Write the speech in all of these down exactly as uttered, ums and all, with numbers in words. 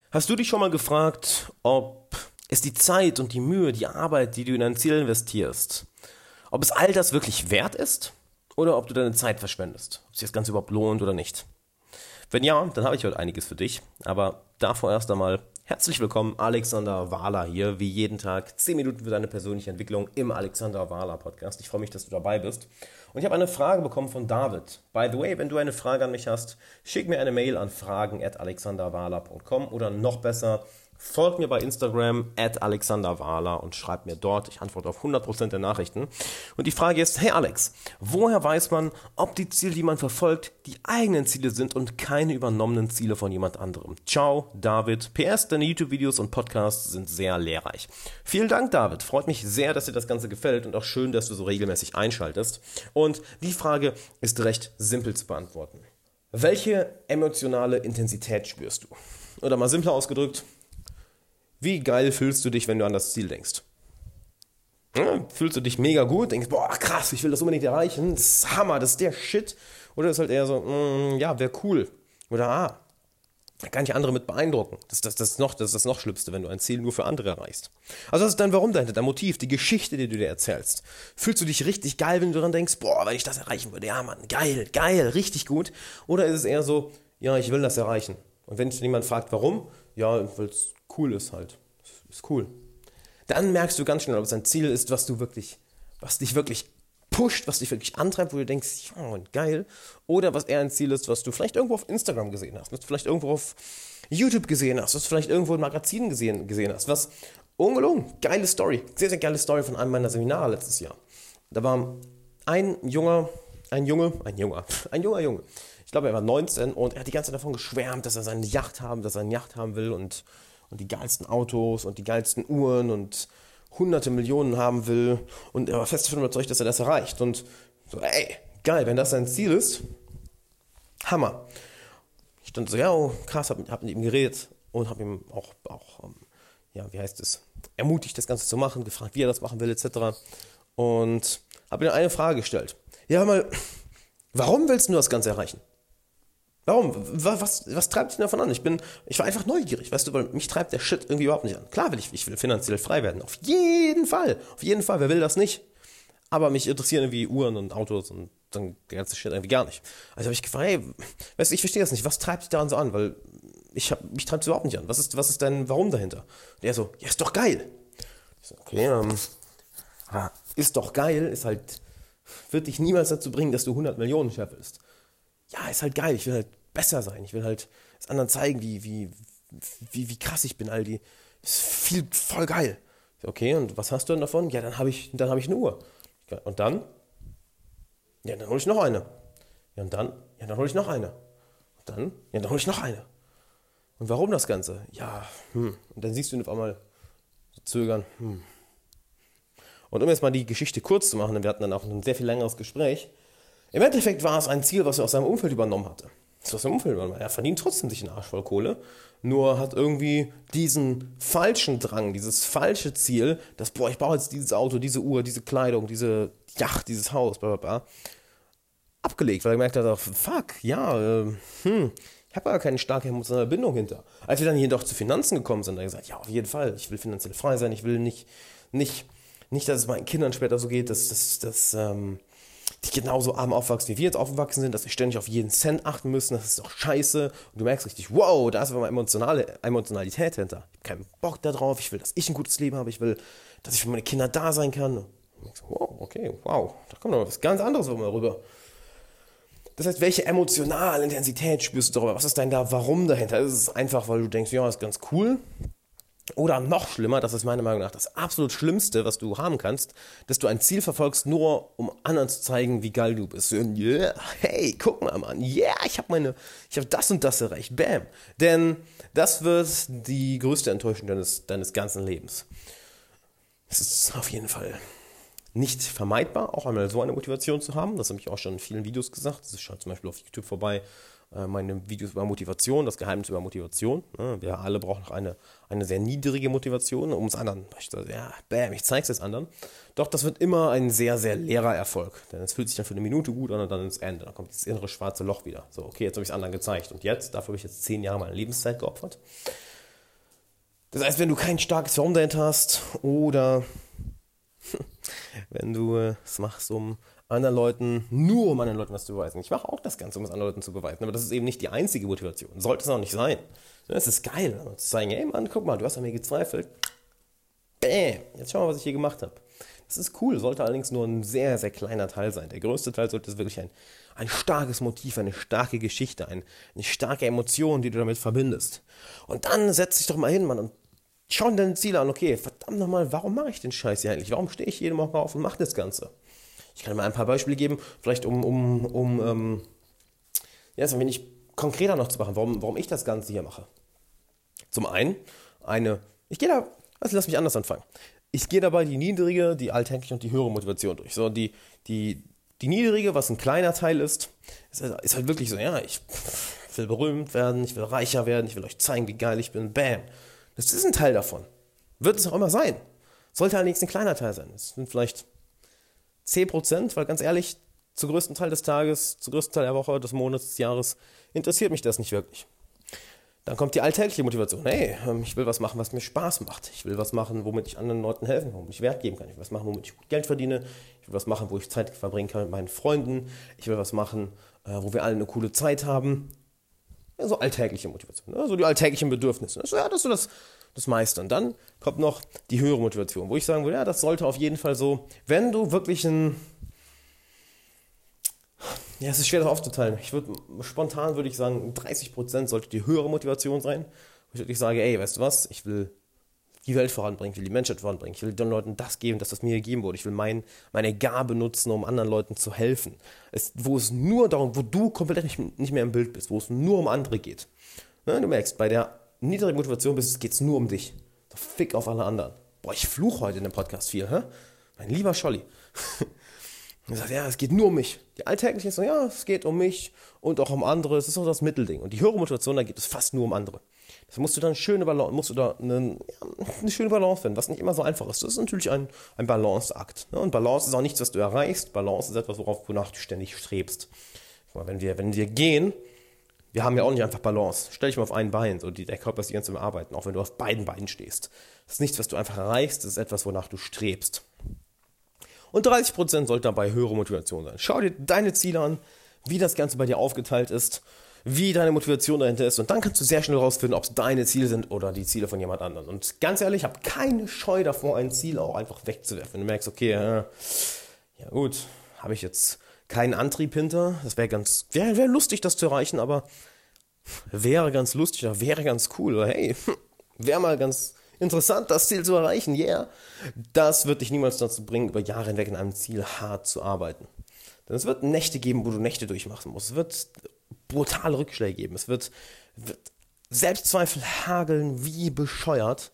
Hast du dich schon mal gefragt, ob es die Zeit und die Mühe, die Arbeit, die du in dein Ziel investierst, ob es all das wirklich wert ist oder ob du deine Zeit verschwendest, ob sich das Ganze überhaupt lohnt oder nicht? Wenn ja, dann habe ich heute einiges für dich, aber davor erst einmal herzlich willkommen, Alexander Wahler hier, wie jeden Tag zehn Minuten für deine persönliche Entwicklung im Alexander Wahler Podcast. Ich freue mich, dass du dabei bist. Und ich habe eine Frage bekommen von David. By the way, wenn du eine Frage an mich hast, schick mir eine Mail an fragen at alexanderwahler punkt com oder noch besser, folg mir bei Instagram at alexanderwahler und schreib mir dort. Ich antworte auf hundert Prozent der Nachrichten. Und die Frage ist, hey Alex, woher weiß man, ob die Ziele, die man verfolgt, die eigenen Ziele sind und keine übernommenen Ziele von jemand anderem? Ciao, David. P S, deine YouTube-Videos und Podcasts sind sehr lehrreich. Vielen Dank, David. Freut mich sehr, dass dir das Ganze gefällt und auch schön, dass du so regelmäßig einschaltest. Und die Frage ist recht simpel zu beantworten. Welche emotionale Intensität spürst du? Oder mal simpler ausgedrückt, wie geil fühlst du dich, wenn du an das Ziel denkst? Ja, fühlst du dich mega gut, denkst, boah, krass, ich will das unbedingt erreichen, das ist Hammer, das ist der Shit. Oder ist halt eher so, mm, ja, wäre cool. Oder, ah, da kann ich andere mit beeindrucken. Das, das, das, ist noch, das ist das noch Schlimmste, wenn du ein Ziel nur für andere erreichst. Also was ist dein Warum dahinter, dein Motiv, die Geschichte, die du dir erzählst? Fühlst du dich richtig geil, wenn du daran denkst, boah, wenn ich das erreichen würde, ja Mann, geil, geil, richtig gut. Oder ist es eher so, ja, ich will das erreichen. Und wenn dich jemand fragt, warum, ja, weil es cool ist halt. Ist cool. Dann merkst du ganz schnell, ob es ein Ziel ist, was du wirklich, was dich wirklich pusht, was dich wirklich antreibt, wo du denkst, ja, geil. Oder was eher ein Ziel ist, was du vielleicht irgendwo auf Instagram gesehen hast, was du vielleicht irgendwo auf YouTube gesehen hast, was du vielleicht irgendwo in Magazinen gesehen, gesehen hast. Was, ungelogen, geile Story. Sehr, sehr geile Story von einem meiner Seminare letztes Jahr. Da war ein junger, ein Junge, ein Junger, ein junger Junge. Ich glaube, er war neunzehn und er hat die ganze Zeit davon geschwärmt, dass er seine Yacht haben, dass er eine Yacht haben will und, und die geilsten Autos und die geilsten Uhren und hunderte Millionen haben will. Und er war fest davon überzeugt, dass er das erreicht. Und so, ey, geil, wenn das sein Ziel ist, Hammer. Ich stand so, ja, oh, krass, hab, hab mit ihm geredet und hab ihm auch, auch ähm, ja, wie heißt es, ermutigt, das Ganze zu machen, gefragt, wie er das machen will, et cetera. Und habe ihm eine Frage gestellt. Ja, hör mal, warum willst du das Ganze erreichen? Warum? Was, was treibt dich denn davon an? Ich bin, ich war einfach neugierig, weißt du, weil mich treibt der Shit irgendwie überhaupt nicht an. Klar will ich, ich will finanziell frei werden. Auf jeden Fall. Auf jeden Fall. Wer will das nicht? Aber mich interessieren irgendwie Uhren und Autos und dann der ganze Shit irgendwie gar nicht. Also habe ich gefragt, hey, weißt du, ich verstehe das nicht. Was treibt dich daran so an? Weil ich hab, mich treibt es überhaupt nicht an. Was ist, was ist dein Warum dahinter? Und er so, ja, ist doch geil. Ich so, okay, ähm, ist doch geil, ist halt, wird dich niemals dazu bringen, dass du hundert Millionen scheffelst. Ja, ist halt geil. Ich will halt besser sein. Ich will halt es anderen zeigen, wie, wie, wie, wie krass ich bin. All die, das ist viel, voll geil. Okay, und was hast du denn davon? Ja, dann habe ich, dann habe ich eine Uhr. Und dann? Ja, dann hole ich noch eine. Ja, und dann? Ja, dann hole ich noch eine. Und dann? Ja, dann hole ich noch eine. Und warum das Ganze? Ja, hm. Und dann siehst du ihn auf einmal so zögern. Hm. Und um jetzt mal die Geschichte kurz zu machen, wir hatten dann auch ein sehr viel längeres Gespräch. Im Endeffekt war es ein Ziel, was er aus seinem Umfeld übernommen hatte. Das aus seinem Umfeld übernommen. Er verdient trotzdem sich einen Arsch voll Kohle, nur hat irgendwie diesen falschen Drang, dieses falsche Ziel, dass, boah, ich baue jetzt dieses Auto, diese Uhr, diese Kleidung, diese Yacht, dieses Haus, bla bla bla, abgelegt, weil er gemerkt hat, fuck, ja, äh, hm, ich habe aber keine starke emotionale Bindung hinter. Als wir dann hier doch zu Finanzen gekommen sind, hat er gesagt, ja, auf jeden Fall, ich will finanziell frei sein, ich will nicht, nicht, nicht, dass es meinen Kindern später so geht, dass, dass, dass, ähm, die genauso arm aufwachsen, wie wir jetzt aufgewachsen sind, dass wir ständig auf jeden Cent achten müssen, das ist doch scheiße. Und du merkst richtig, wow, da ist aber mal emotionale Emotionalität hinter. Ich habe keinen Bock darauf, ich will, dass ich ein gutes Leben habe, ich will, dass ich für meine Kinder da sein kann. Und du denkst, wow, okay, wow, da kommt noch was ganz anderes rüber. Das heißt, welche emotionale Intensität spürst du darüber? Was ist dein da Warum dahinter? Ist es einfach, weil du denkst, ja, das ist ganz cool? Oder noch schlimmer, das ist meiner Meinung nach das absolut Schlimmste, was du haben kannst, dass du ein Ziel verfolgst, nur um anderen zu zeigen, wie geil du bist. Und yeah, hey, guck mal, Mann, yeah, ich habe meine, ich habe das und das erreicht, bam. Denn das wird die größte Enttäuschung deines, deines ganzen Lebens. Es ist auf jeden Fall nicht vermeidbar, auch einmal so eine Motivation zu haben. Das habe ich auch schon in vielen Videos gesagt. Das ist schon zum Beispiel auf YouTube vorbei. Meine Videos über Motivation, das Geheimnis über Motivation. Wir alle brauchen noch eine, eine sehr niedrige Motivation, um es anderen, ich sage, ja, bam, ich zeige es jetzt anderen. Doch das wird immer ein sehr, sehr leerer Erfolg. Denn es fühlt sich dann für eine Minute gut an und dann ins Ende. Dann kommt dieses innere schwarze Loch wieder. So, okay, jetzt habe ich es anderen gezeigt. Und jetzt, dafür habe ich jetzt zehn Jahre meiner Lebenszeit geopfert. Das heißt, wenn du kein starkes Warum dahinter hast oder wenn du es machst, um anderen Leuten, nur um anderen Leuten was zu beweisen. Ich mache auch das Ganze, um es anderen Leuten zu beweisen, aber das ist eben nicht die einzige Motivation. Sollte es auch nicht sein. Es ist geil, zu sagen, ey Mann, guck mal, du hast an mir gezweifelt. Bäm, jetzt schau mal, was ich hier gemacht habe. Das ist cool, sollte allerdings nur ein sehr, sehr kleiner Teil sein. Der größte Teil sollte es wirklich ein, ein starkes Motiv, eine starke Geschichte, ein, eine starke Emotion, die du damit verbindest. Und dann setz dich doch mal hin, Mann, und schau dir deine Ziele an. Okay, verdammt nochmal, warum mache ich den Scheiß hier eigentlich? Warum stehe ich jeden Morgen auf und mache das Ganze? Ich kann dir mal ein paar Beispiele geben, vielleicht um, um, um ähm, ja, es ein wenig konkreter noch zu machen, warum, warum ich das Ganze hier mache. Zum einen, eine, ich gehe da, also lass mich anders anfangen. Ich gehe dabei die niedrige, die alltägliche und die höhere Motivation durch. So, die, die, die niedrige, was ein kleiner Teil ist, ist, ist halt wirklich so, ja, ich will berühmt werden, ich will reicher werden, ich will euch zeigen, wie geil ich bin, bam. Das ist ein Teil davon. Wird es auch immer sein. Sollte allerdings ein kleiner Teil sein. Es sind vielleicht zehn Prozent, weil ganz ehrlich, zum größten Teil des Tages, zum größten Teil der Woche, des Monats, des Jahres, interessiert mich das nicht wirklich. Dann kommt die alltägliche Motivation. Hey, ich will was machen, was mir Spaß macht. Ich will was machen, womit ich anderen Leuten helfen kann, womit ich Wert geben kann. Ich will was machen, womit ich gut Geld verdiene. Ich will was machen, wo ich Zeit verbringen kann mit meinen Freunden. Ich will was machen, wo wir alle eine coole Zeit haben. Ja, so alltägliche Motivation, ne? So die alltäglichen Bedürfnisse. Ja, das ist so das, das meiste. Und dann kommt noch die höhere Motivation, wo ich sagen würde, ja, das sollte auf jeden Fall so, wenn du wirklich ein... Ja, es ist schwer, das aufzuteilen. Ich würde, spontan würde ich sagen, dreißig Prozent sollte die höhere Motivation sein. Wo ich wirklich sage, ey, weißt du was, ich will die Welt voranbringen, ich will die Menschheit voranbringen, ich will den Leuten das geben, dass das mir gegeben wurde. Ich will mein, meine Gabe nutzen, um anderen Leuten zu helfen. Es, wo es nur darum, wo du komplett nicht, nicht mehr im Bild bist, wo es nur um andere geht. Ne, du merkst, bei der niedrigen Motivation geht es nur um dich. Fick auf alle anderen. Boah, ich fluche heute in dem Podcast viel, hä? Mein lieber Scholli. Und sagt, ja, es geht nur um mich. Die alltägliche ist so, ja, es geht um mich und auch um andere. Es ist so das Mittelding. Und die höhere Motivation, da geht es fast nur um andere. Das musst du dann schöne Balance, musst du da eine, ja, eine schöne Balance finden, was nicht immer so einfach ist. Das ist natürlich ein, ein Balanceakt. Ne? Und Balance ist auch nichts, was du erreichst. Balance ist etwas, worauf, wonach du ständig strebst. Mal, wenn wir, wenn wir gehen, wir haben ja auch nicht einfach Balance. Stell dich mal auf ein Bein, so die, der Körper ist die ganze Zeit am Arbeiten, auch wenn du auf beiden Beinen stehst. Das ist nichts, was du einfach erreichst, das ist etwas, wonach du strebst. Und dreißig Prozent sollte dabei höhere Motivation sein. Schau dir deine Ziele an, wie das Ganze bei dir aufgeteilt ist, wie deine Motivation dahinter ist. Und dann kannst du sehr schnell herausfinden, ob es deine Ziele sind oder die Ziele von jemand anderem. Und ganz ehrlich, ich habe keine Scheu davor, ein Ziel auch einfach wegzuwerfen. Wenn du merkst, okay, ja, ja gut, habe ich jetzt keinen Antrieb hinter. Das wäre ganz, wäre wär lustig, das zu erreichen, aber wäre ganz lustig oder wäre ganz cool. Oder hey, wäre mal ganz interessant, das Ziel zu erreichen, yeah. Das wird dich niemals dazu bringen, über Jahre hinweg in einem Ziel hart zu arbeiten. Denn es wird Nächte geben, wo du Nächte durchmachen musst. Es wird brutale Rückschläge geben. Es wird, wird Selbstzweifel hageln wie bescheuert.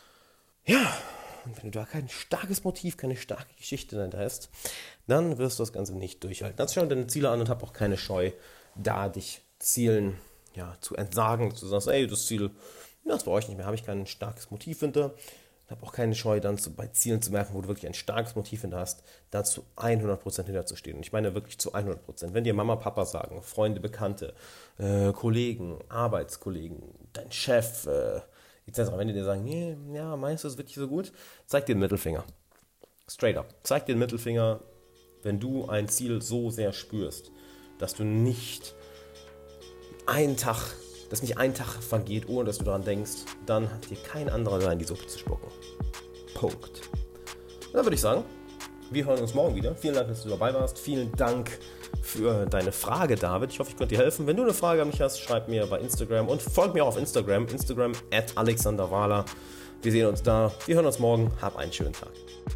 Ja, und wenn du da kein starkes Motiv, keine starke Geschichte dahinter hast, dann wirst du das Ganze nicht durchhalten. Dann schau deine Ziele an und hab auch keine Scheu, da dich Zielen ja, zu entsagen. Du sagst, ey, das Ziel, das brauche ich nicht mehr, habe ich kein starkes Motiv hinter. Ich habe auch keine Scheu, dann zu, bei Zielen zu merken, wo du wirklich ein starkes Motiv hinter hast, da zu hundert Prozent hinterzustehen. Und ich meine wirklich zu hundert Prozent. Wenn dir Mama, Papa sagen, Freunde, Bekannte, äh, Kollegen, Arbeitskollegen, dein Chef, äh, et cetera, wenn die dir sagen, nee, ja, meinst du, es ist wirklich so gut? Zeig dir den Mittelfinger. Straight up. Zeig dir den Mittelfinger, wenn du ein Ziel so sehr spürst, dass du nicht einen Tag dass nicht ein Tag vergeht, ohne dass du daran denkst, dann hat dir kein anderer da in die Suppe zu spucken. Punkt. Und dann würde ich sagen, wir hören uns morgen wieder. Vielen Dank, dass du dabei warst. Vielen Dank für deine Frage, David. Ich hoffe, ich konnte dir helfen. Wenn du eine Frage an mich hast, schreib mir bei Instagram und folg mir auch auf Instagram. Instagram at alexander wahler. Wir sehen uns da. Wir hören uns morgen. Hab einen schönen Tag.